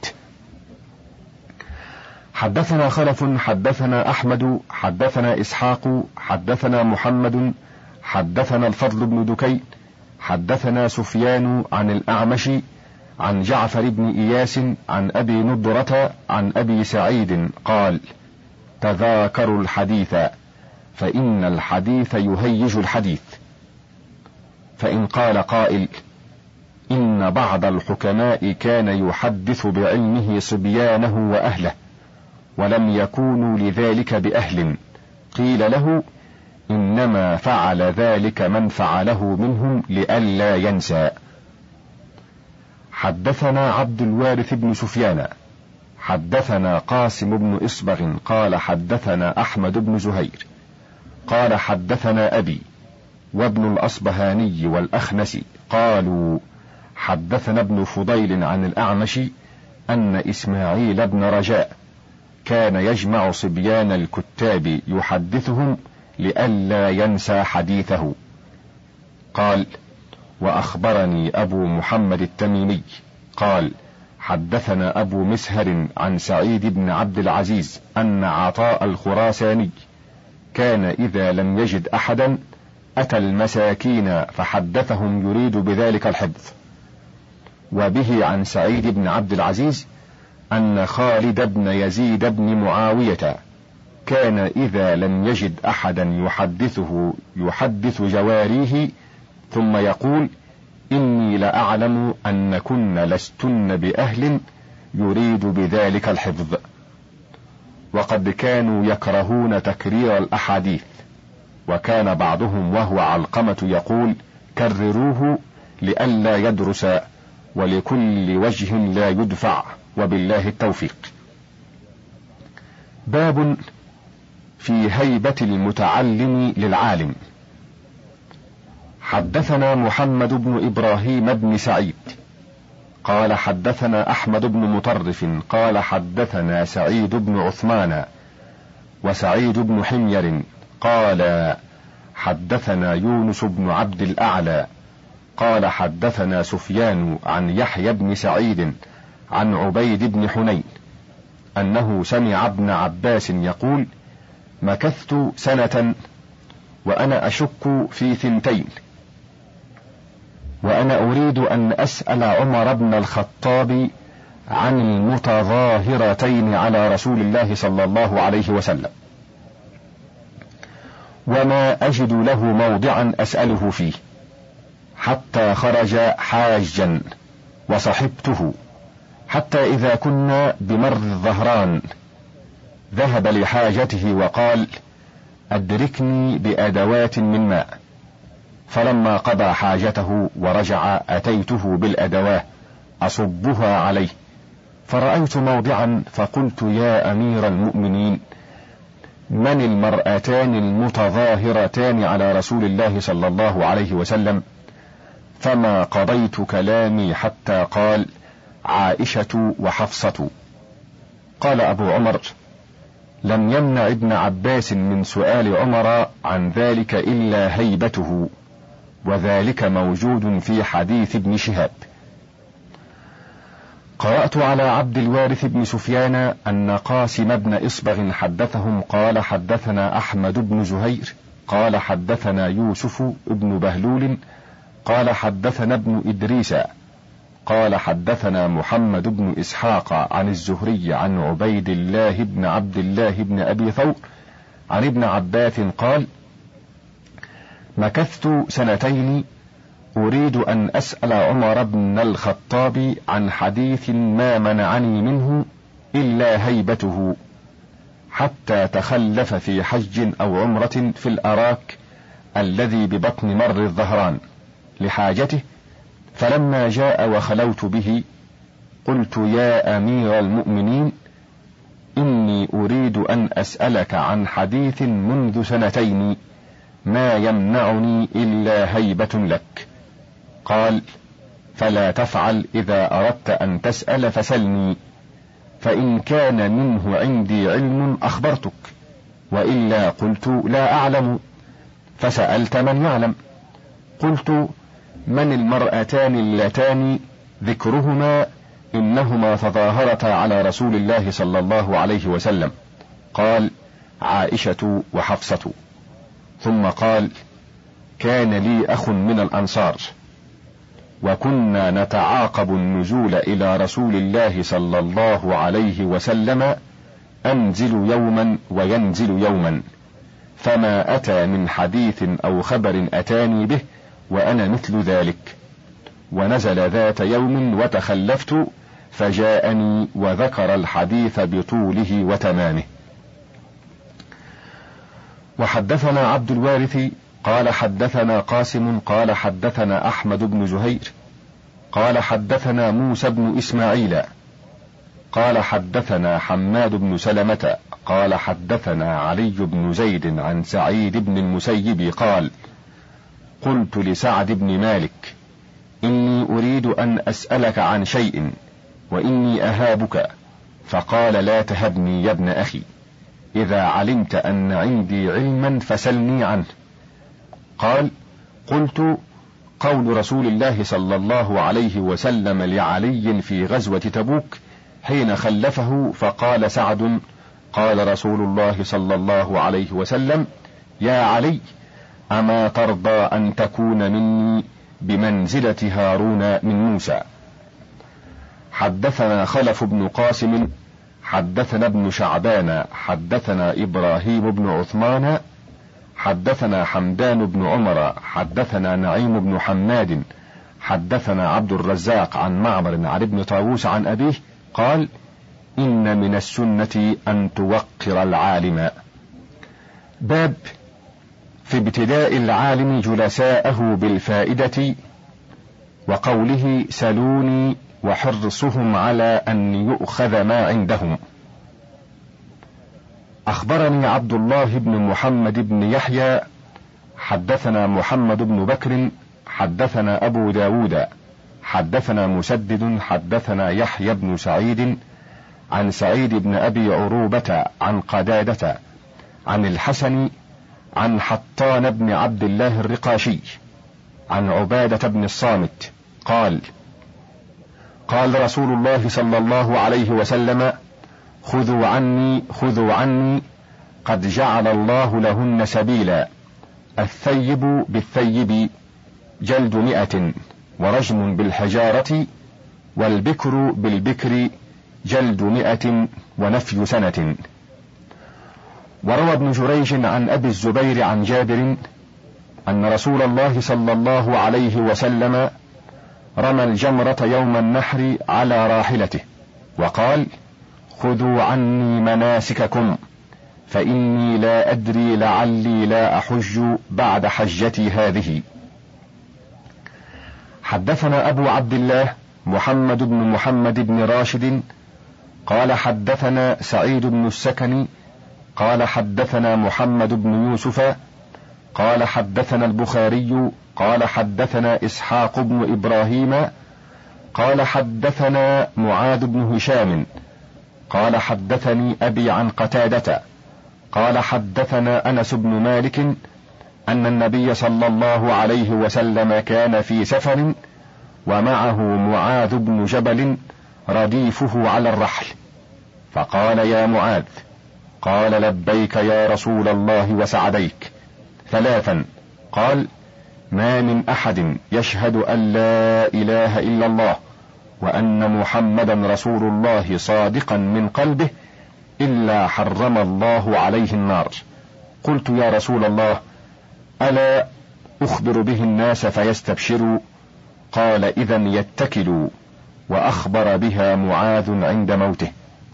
حدثنا خلف حدثنا أحمد حدثنا إسحاق حدثنا محمد حدثنا الفضل بن دكين حدثنا سفيان عن الأعمش عن جعفر بن إياس عن أبي نضرة عن أبي سعيد قال: تذاكروا الحديث، فإن الحديث يهيج الحديث. فإن قال قائل: إن بعض الحكماء كان يحدث بعلمه صبيانه وأهله، ولم يكونوا لذلك بأهل، قيل له: إنما فعل ذلك من فعله منهم لئلا ينسى. حدثنا عبد الوارث بن سفيان حدثنا قاسم بن إصبغ قال: حدثنا أحمد بن زهير قال: حدثنا أبي وابن الأصبهاني والأخنس قالوا: حدثنا ابن فضيل عن الأعمش أن إسماعيل بن رجاء كان يجمع صبيان الكتاب يحدثهم لئلا ينسى حديثه. قال: وأخبرني أبو محمد التميمي قال: حدثنا أبو مسهر عن سعيد بن عبد العزيز أن عطاء الخراساني كان إذا لم يجد أحدا أتى المساكين فحدثهم يريد بذلك الحفظ. وبه عن سعيد بن عبد العزيز أن خالد بن يزيد بن معاوية كان إذا لم يجد أحدا يحدثه يحدث جواريه ثم يقول: إني لأعلم أنكن لستن بأهل يريد بذلك الحفظ. وقد كانوا يكرهون تكرير الأحاديث، وكان بعضهم وهو علقمة يقول: كرروه لئلا يدرس، ولكل وجه لا يدفع، وبالله التوفيق. باب في هيبة المتعلم للعالم. حدثنا محمد بن إبراهيم بن سعيد قال حدثنا أحمد بن مطرف قال حدثنا سعيد بن عثمان وسعيد بن حمير قال حدثنا يونس بن عبد الأعلى قال حدثنا سفيان عن يحيى بن سعيد عن عبيد بن حنين أنه سمع ابن عباس يقول: مكثت سنة وأنا أشك في 2، وأنا أريد أن أسأل عمر بن الخطاب عن المتظاهرتين على رسول الله صلى الله عليه وسلم، وما أجد له موضعا أسأله فيه، حتى خرج حاجا وصحبته، حتى إذا كنا بمر الظهران ذهب لحاجته وقال: أدركني بأدوات من ماء. فلما قضى حاجته ورجع أتيته بالأدوات أصبها عليه، فرأيت موضعا فقلت: يا أمير المؤمنين، من المرأتان المتظاهرتان على رسول الله صلى الله عليه وسلم؟ فما قضيت كلامي حتى قال: عائشة وحفصة. قال أبو عمر: لم يمنع ابن عباس من سؤال عمر عن ذلك إلا هيبته، وذلك موجود في حديث ابن شهاب. قرأت على عبد الوارث بن سفيان أن قاسم بن إصبغ حدثهم قال حدثنا أحمد بن زهير قال حدثنا يوسف بن بهلول قال حدثنا ابن إدريس قال حدثنا محمد بن إسحاق عن الزهري عن عبيد الله بن عبد الله بن أبي ثور عن ابن عباس قال: مكثت 2 أريد أن أسأل عمر بن الخطاب عن حديث ما منعني منه إلا هيبته، حتى تخلف في حج أو عمرة في الأراك الذي ببطن مر الظهران لحاجته، فلما جاء وخلوت به قلت: يا أمير المؤمنين، إني أريد أن أسألك عن حديث منذ 2 ما يمنعني إلا هيبة لك. قال: فلا تفعل، إذا أردت أن تسأل فسلني، فإن كان منه عندي علم أخبرتك، وإلا قلت: لا أعلم. فسألت من يعلم. قلت: من المرأتان اللتان ذكرهما إنهما تظاهرتا على رسول الله صلى الله عليه وسلم؟ قال: عائشة وحفصة. ثم قال: كان لي أخ من الأنصار، وكنا نتعاقب النزول إلى رسول الله صلى الله عليه وسلم، أنزل يوما وينزل يوما، فما أتى من حديث أو خبر أتاني به وأنا مثل ذلك. ونزل ذات يوم وتخلفت، فجاءني وذكر الحديث بطوله وتمامه. وحدثنا عبد الوارث قال حدثنا قاسم قال حدثنا أحمد بن زهير قال حدثنا موسى بن إسماعيل قال حدثنا حماد بن سلمة قال حدثنا علي بن زيد عن سعيد بن المسيب قال: قلت لسعد بن مالك: إني أريد أن أسألك عن شيء وإني أهابك. فقال: لا تهبني يا ابن أخي، إذا علمت أن عندي علما فسلني عنه. قال: قلت: قول رسول الله صلى الله عليه وسلم لعلي في غزوة تبوك حين خلفه، فقال سعد: قال رسول الله صلى الله عليه وسلم: يا علي، أما ترضى أن تكون مني بمنزلة هارون من موسى؟ حدثنا خلف بن قاسم حدثنا ابن شعبان حدثنا إبراهيم بن عثمان حدثنا حمدان بن عمر حدثنا نعيم بن حماد حدثنا عبد الرزاق عن معمر عن ابن طاووس عن أبيه قال: إن من السنة أن توقر العالم. باب في ابتداء العالم جلساءه بالفائدة، وقوله: سلوني، وحرصهم على أن يؤخذ ما عندهم. أخبرني عبد الله بن محمد بن يحيى حدثنا محمد بن بكر حدثنا أبو داود حدثنا مسدد حدثنا يحيى بن سعيد عن سعيد بن أبي عروبة عن قتادة عن الحسن عن حطان بن عبد الله الرقاشي عن عبادة بن الصامت قال: قال رسول الله صلى الله عليه وسلم: خذوا عني قد جعل الله لهن سبيلا، الثيب بالثيب جلد 100 ورجم بالحجارة، والبكر بالبكر جلد 100 ونفي سنة. وروى ابن جريج عن أبي الزبير عن جابر أن رسول الله صلى الله عليه وسلم رمى الجمرة يوم النحر على راحلته وقال: خذوا عني مناسككم فإني لا أدري لعلي لا أحج بعد حجتي هذه. حدثنا أبو عبد الله محمد بن محمد بن راشد قال حدثنا سعيد بن السكن قال حدثنا محمد بن يوسف قال حدثنا البخاري قال حدثنا إسحاق بن إبراهيم قال حدثنا معاذ بن هشام قال حدثني أبي عن قتادة قال حدثنا أنس بن مالك أن النبي صلى الله عليه وسلم كان في سفر ومعه معاذ بن جبل رديفه على الرحل، فقال: يا معاذ. قال: لبيك يا رسول الله وسعديك. 3 قال: ما من أحد يشهد أن لا إله إلا الله وأن محمدا رسول الله صادقا من قلبه إلا حرم الله عليه النار. قلت: يا رسول الله، ألا أخبر به الناس فيستبشروا؟ قال: إذن يتكلوا. وأخبر بها معاذ عند موته.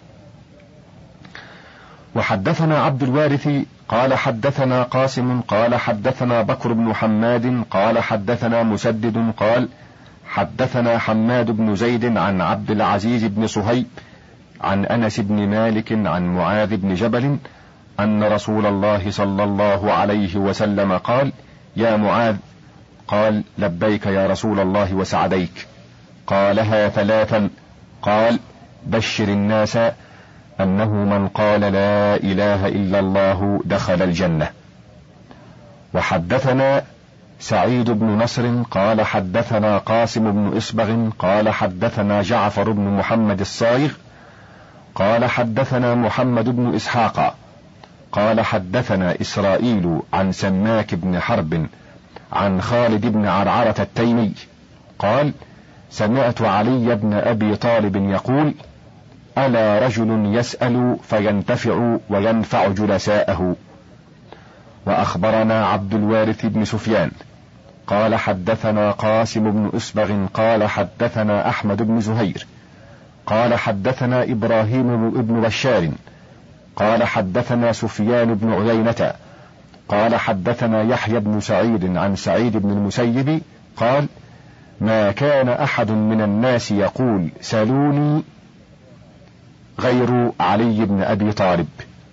وحدثنا عبد الوارث قال حدثنا قاسم قال حدثنا بكر بن حماد قال حدثنا مسدد قال حدثنا حماد بن زيد عن عبد العزيز بن صهيب عن أنس بن مالك عن معاذ بن جبل أن رسول الله صلى الله عليه وسلم قال: يا معاذ. قال: لبيك يا رسول الله وسعديك. قالها 3 قال: بشر الناس أنه من قال لا إله إلا الله دخل الجنة. وحدثنا سعيد بن نصر قال حدثنا قاسم بن إصبغ قال حدثنا جعفر بن محمد الصايغ قال حدثنا محمد بن إسحاق قال حدثنا إسرائيل عن سماك بن حرب عن خالد بن عرعرة التيمي قال: سمعت علي بن أبي طالب يقول: ألا رجل يسأل فينتفع وينفع جلساءه. وأخبرنا عبد الوارث بن سفيان قال حدثنا قاسم بن إصبغ قال حدثنا أحمد بن زهير قال حدثنا إبراهيم بن بشار قال حدثنا سفيان بن عيينة قال حدثنا يحيى بن سعيد عن سعيد بن المسيب قال: ما كان أحد من الناس يقول سلوني غير علي بن أبي طالب.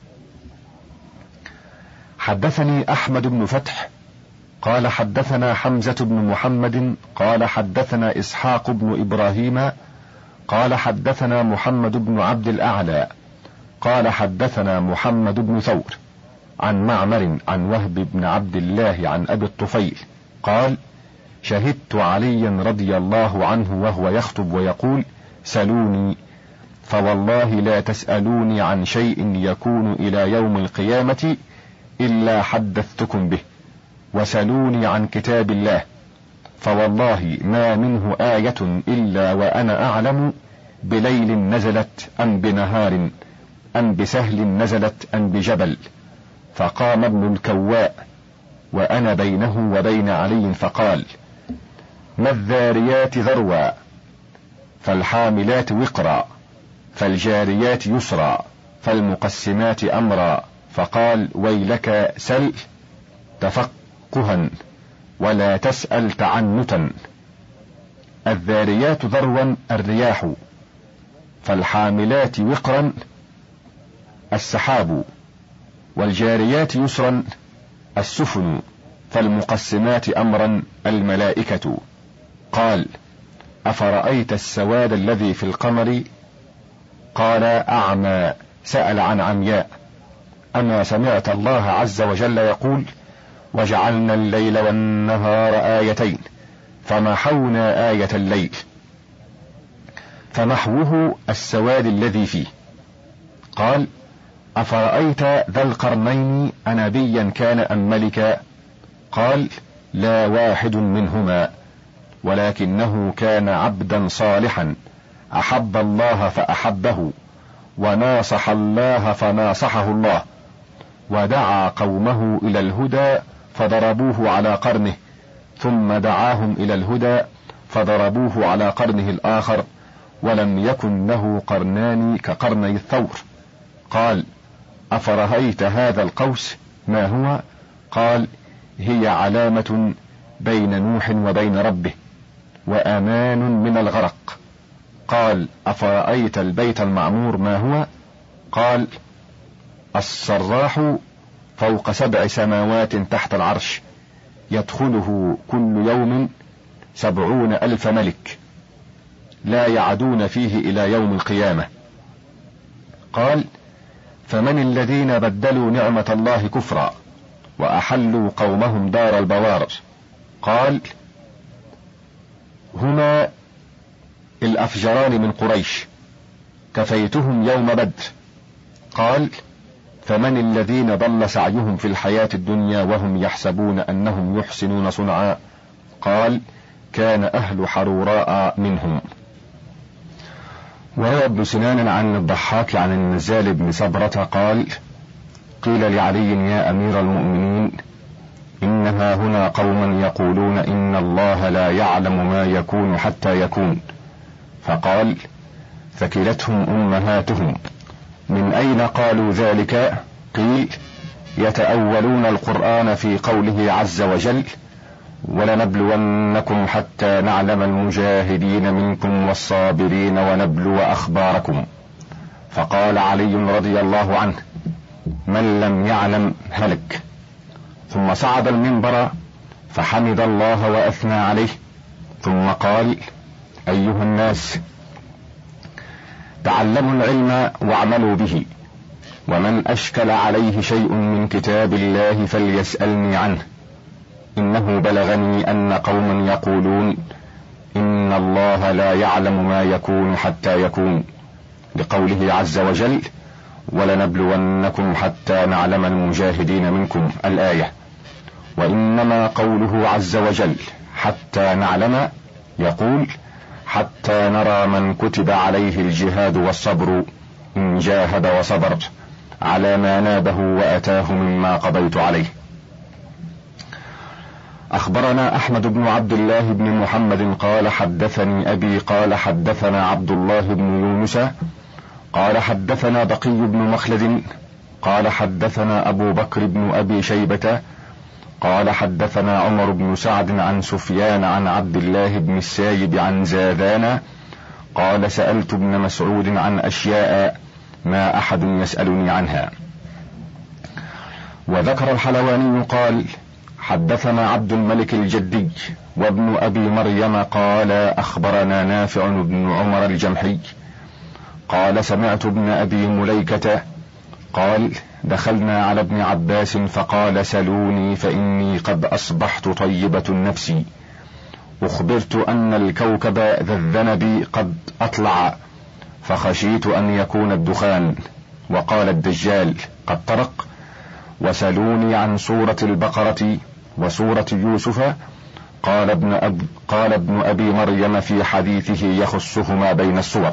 حدثني أحمد بن فتح قال حدثنا حمزة بن محمد قال حدثنا إسحاق بن إبراهيم قال حدثنا محمد بن عبد الأعلى قال حدثنا محمد بن ثور عن معمر عن وهب بن عبد الله عن أبي الطفيل قال: شهدت عليا رضي الله عنه وهو يخطب ويقول: سلوني، فوالله لا تسألوني عن شيء يكون إلى يوم القيامة إلا حدثتكم به، وسلوني عن كتاب الله، فوالله ما منه آية إلا وأنا أعلم بليل نزلت أم بنهار أم بسهل نزلت أم بجبل. فقام ابن الكواء وأنا بينه وبين علي فقال: ما الذاريات ذروا، فالحاملات وقرا، فالجاريات يسرا، فالمقسمات أمرا. فقال: ويلك سل تفقها ولا تسأل تعنتا. الذاريات ذروا الرياح، فالحاملات وقرا السحاب، والجاريات يسرا السفن، فالمقسمات أمرا الملائكة. قال: أفرأيت السواد الذي في القمر؟ قال: أعمى سأل عن عمياء. أما سمعت الله عز وجل يقول: وجعلنا الليل والنهار آيتين فمحونا آية الليل، فمحوه السواد الذي فيه. قال: أفرأيت ذا القرنين أنبيا كان أم ملكا؟ قال: لا واحد منهما، ولكنه كان عبدا صالحا أحب الله فأحبه، وناصح الله فناصحه الله، ودعا قومه إلى الهدى فضربوه على قرنه، ثم دعاهم إلى الهدى فضربوه على قرنه الآخر، ولم يكن له قرنان كقرني الثور. قال: أفرأيت هذا القوس ما هو؟ قال: هي علامة بين نوح وبين ربه، وأمان من الغرق. قال: أفرأيت البيت المعمور ما هو؟ قال: الصراح فوق 7 سماوات تحت العرش، يدخله كل يوم 70,000 ملك، لا يعدون فيه إلى يوم القيامة. قال: فمن الذين بدلوا نعمة الله كفرا وأحلوا قومهم دار البوار؟ قال: هما الأفجران من قريش، كفيتهم يوم بدر. قال: فمن الذين ضل سعيهم في الحياة الدنيا وهم يحسبون أنهم يحسنون صنعا؟ قال: كان أهل حروراء منهم. وروى ابن سنان عن الضحاك عن النزال بن صبرة قال: قيل لعلي: يا أمير المؤمنين، إنها هنا قوما يقولون إن الله لا يعلم ما يكون حتى يكون. فقال: ثكلتهم أمهاتهم. من أين قالوا ذلك؟ قيل: يتأولون القرآن في قوله عز وجل: ولنبلونكم حتى نعلم المجاهدين منكم والصابرين ونبلو أخباركم. فقال علي رضي الله عنه: من لم يعلم هلك. ثم صعد المنبر فحمد الله وأثنى عليه، ثم قال: أيها الناس، تعلموا العلم واعملوا به، ومن أشكل عليه شيء من كتاب الله فليسألني عنه، إنه بلغني أن قوما يقولون إن الله لا يعلم ما يكون حتى يكون، لقوله عز وجل: ولنبلونكم حتى نعلم المجاهدين منكم، الآية. وإنما قوله عز وجل حتى نعلم يقول: حتى نرى من كتب عليه الجهاد والصبر إن جاهد وصبر على ما نابه وأتاه مما قضيت عليه. أخبرنا أحمد بن عبد الله بن محمد قال: حدثني أبي قال: حدثنا عبد الله بن يونس قال: حدثنا بقي بن مخلد قال: حدثنا أبو بكر بن أبي شيبة قال: حدثنا عمر بن سعد عن سفيان عن عبد الله بن السايب عن زاذان قال: سألت ابن مسعود عن أشياء ما أحد يسألني عنها. وذكر الحلواني قال: حدثنا عبد الملك الجدي وابن أبي مريم قال: أخبرنا نافع بن عمر الجمحي قال: سمعت ابن أبي مليكة قال: دخلنا على ابن عباس فقال: سلوني فإني قد أصبحت طيبة النفس، أخبرت أن الكوكب ذا الذنب قد أطلع، فخشيت أن يكون الدخان، وقال الدجال قد طرق، وسلوني عن سورة البقرة وسورة يوسف. قال ابن أبي مريم في حديثه يخصهما بين السور.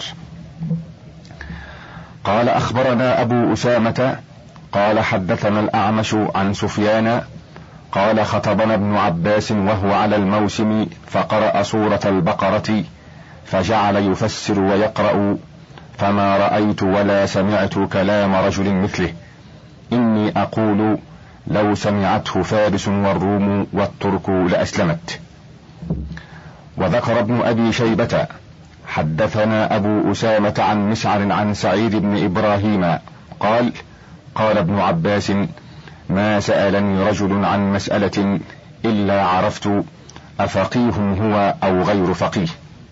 قال: أخبرنا أبو أسامة قال: حدثنا الأعمش عن سفيان قال: خطبنا ابن عباس وهو على الموسم فقرأ سورة البقرة فجعل يفسر ويقرأ، فما رأيت ولا سمعت كلام رجل مثله، إني أقول لو سمعته فارس والروم والترك لأسلمت. وذكر ابن أبي شيبة: حدثنا أبو أسامة عن مسعر عن سعيد بن إبراهيم قال: قال ابن عباس: ما سألني رجل عن مسألة إلا عرفت أفقيه هو أو غير فقيه.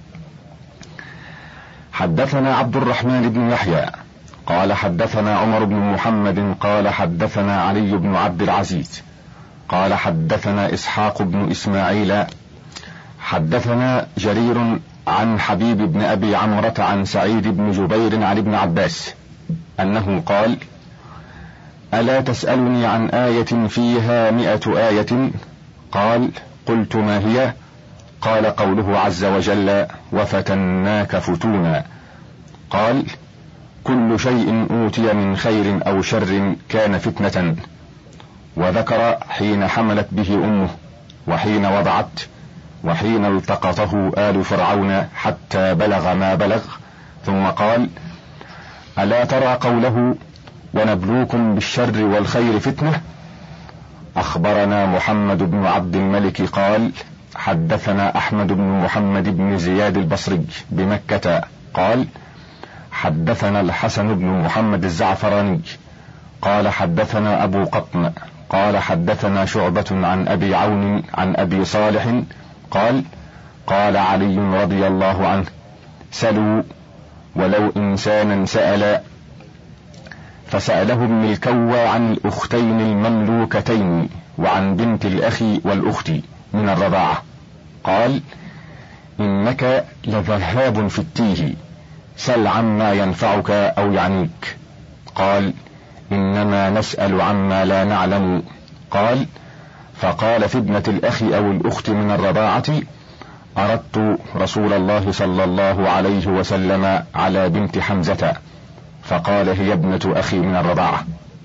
حدثنا عبد الرحمن بن يحيى قال حدثنا عمر بن محمد قال حدثنا علي بن عبد العزيز قال حدثنا إسحاق بن إسماعيل حدثنا جرير عن حبيب بن أبي عمرة عن سعيد بن جبير عن ابن عباس أنه قال: ألا تسألني عن آية فيها 100 آية؟ قال: قلت: ما هي؟ قال: قوله عز وجل: وفتناك فتونا. قال: كل شيء أوتي من خير أو شر كان فتنة. وذكر حين حملت به أمه، وحين وضعت، وحين التقطه آل فرعون حتى بلغ ما بلغ، ثم قال: ألا ترى قوله: ونبلوكم بالشر والخير فتنة؟ أخبرنا محمد بن عبد الملك قال: حدثنا أحمد بن محمد بن زياد البصري بمكة قال: حدثنا الحسن بن محمد الزعفراني قال حدثنا أبو قطن قال حدثنا شعبة عن أبي عون عن أبي صالح قال: قال علي رضي الله عنه: سلوا ولو إنسانا سأل، فسأله ابن الكوى عن الأختين المملوكتين وعن بنت الأخ والأخت من الرضاعة، قال: إنك لذهاب في التيه، سل عما ينفعك أو يعنيك. قال: إنما نسأل عما لا نعلم. قال: فقال في ابنة الأخ أو الأخت من الرضاعة: أردت رسول الله صلى الله عليه وسلم على بنت حمزة، فقال: هي ابنة أخي من الرضاعة.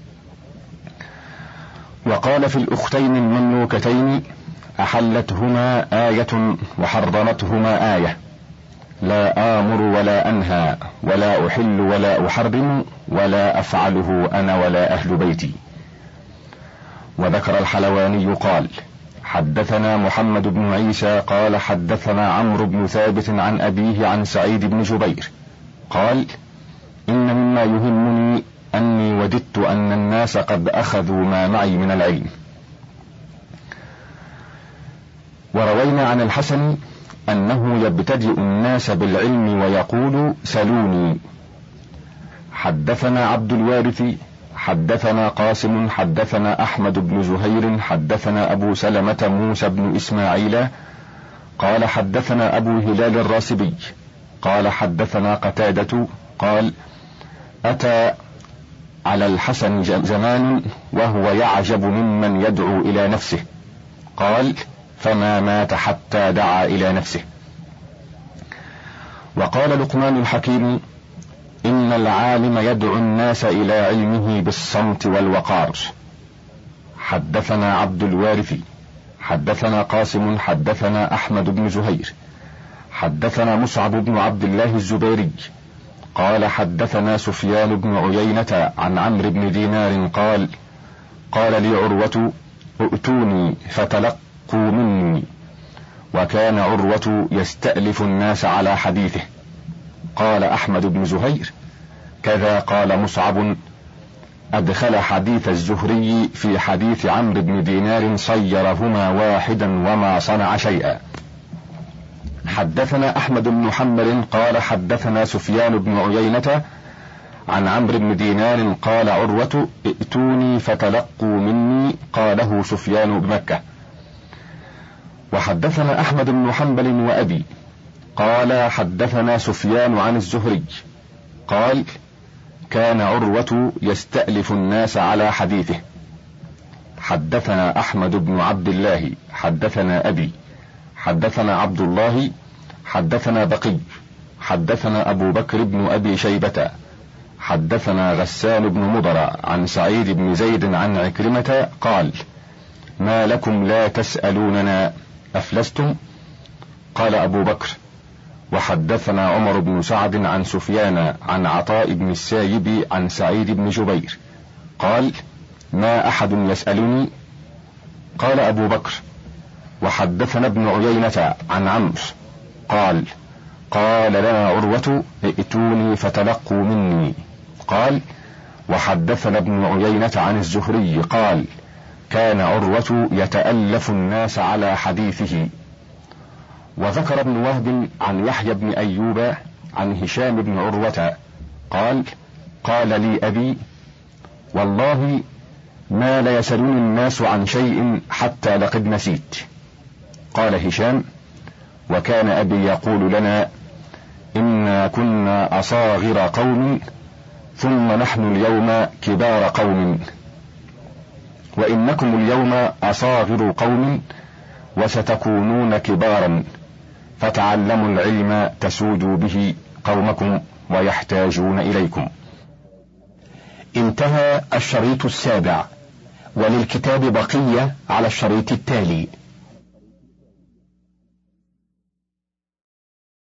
وقال في الأختين المملوكتين: أحلتهما آية وحرمتهما آية، لا آمر ولا أنهى ولا أحل ولا أحرم ولا أفعله أنا ولا أهل بيتي. وذكر الحلواني قال: حدثنا محمد بن عيسى قال حدثنا عمرو بن ثابت عن أبيه عن سعيد بن جبير قال: إن مما يهمني أني وددت أن الناس قد أخذوا ما معي من العلم. وروينا عن الحسن أنه يبتدئ الناس بالعلم ويقول: سلوني. حدثنا عبد الوارث حدثنا قاسم حدثنا أحمد بن زهير حدثنا أبو سلمة موسى بن إسماعيل قال حدثنا أبو هلال الراسبي قال حدثنا قتادة قال: أتى على الحسن زمان وهو يعجب ممن يدعو إلى نفسه. قال: فما مات حتى دعا إلى نفسه. وقال لقمان الحكيم: إن العالم يدعو الناس إلى علمه بالصمت والوقار. حدثنا عبد الوارث حدثنا قاسم حدثنا أحمد بن زهير حدثنا مصعب بن عبد الله الزبيري قال حدثنا سفيان بن عيينة عن عمرو بن دينار قال: قال لي عروة: ائتوني فتلقوا مني. وكان عروة يستألف الناس على حديثه. قال أحمد بن زهير: كذا قال مصعب، أدخل حديث الزهري في حديث عمرو بن دينار صيرهما واحدا وما صنع شيئا. حدثنا أحمد بن حنبل قال حدثنا سفيان بن عيينة عن عمرو بن دينار قال عروة: ائتوني فتلقوا مني. قاله سفيان بمكة. وحدثنا أحمد بن حنبل وأبي قال حدثنا سفيان عن الزهري قال: كان عروة يستألف الناس على حديثه. حدثنا أحمد بن عبد الله حدثنا أبي حدثنا عبد الله حدثنا بقي حدثنا أبو بكر بن أبي شيبة حدثنا غسان بن مضر عن سعيد بن زيد عن عكرمة قال: ما لكم لا تسألوننا أفلستم؟ قال أبو بكر: وحدثنا عمر بن سعد عن سفيان عن عطاء بن السايب عن سعيد بن جبير قال: ما أحد يسألني؟ قال أبو بكر: وحدثنا ابن عيينة عن عمرو قال: قال لنا عروة: ائتوني فتلقوا مني. قال: وحدثنا ابن عيينة عن الزهري قال: كان عروة يتألف الناس على حديثه. وذكر ابن وهب عن يحيى بن أيوب عن هشام بن عروة قال: قال لي أبي: والله ما ليسألني الناس عن شيء حتى لقد نسيت. قال هشام: وكان أبي يقول لنا: إنا كنا أصاغر قوم ثم نحن اليوم كبار قوم، وإنكم اليوم أصاغر قوم وستكونون كبارا، فتعلموا العلم تسودوا به قومكم ويحتاجون إليكم.
انتهى الشريط 7، وللكتاب بقية على الشريط التالي.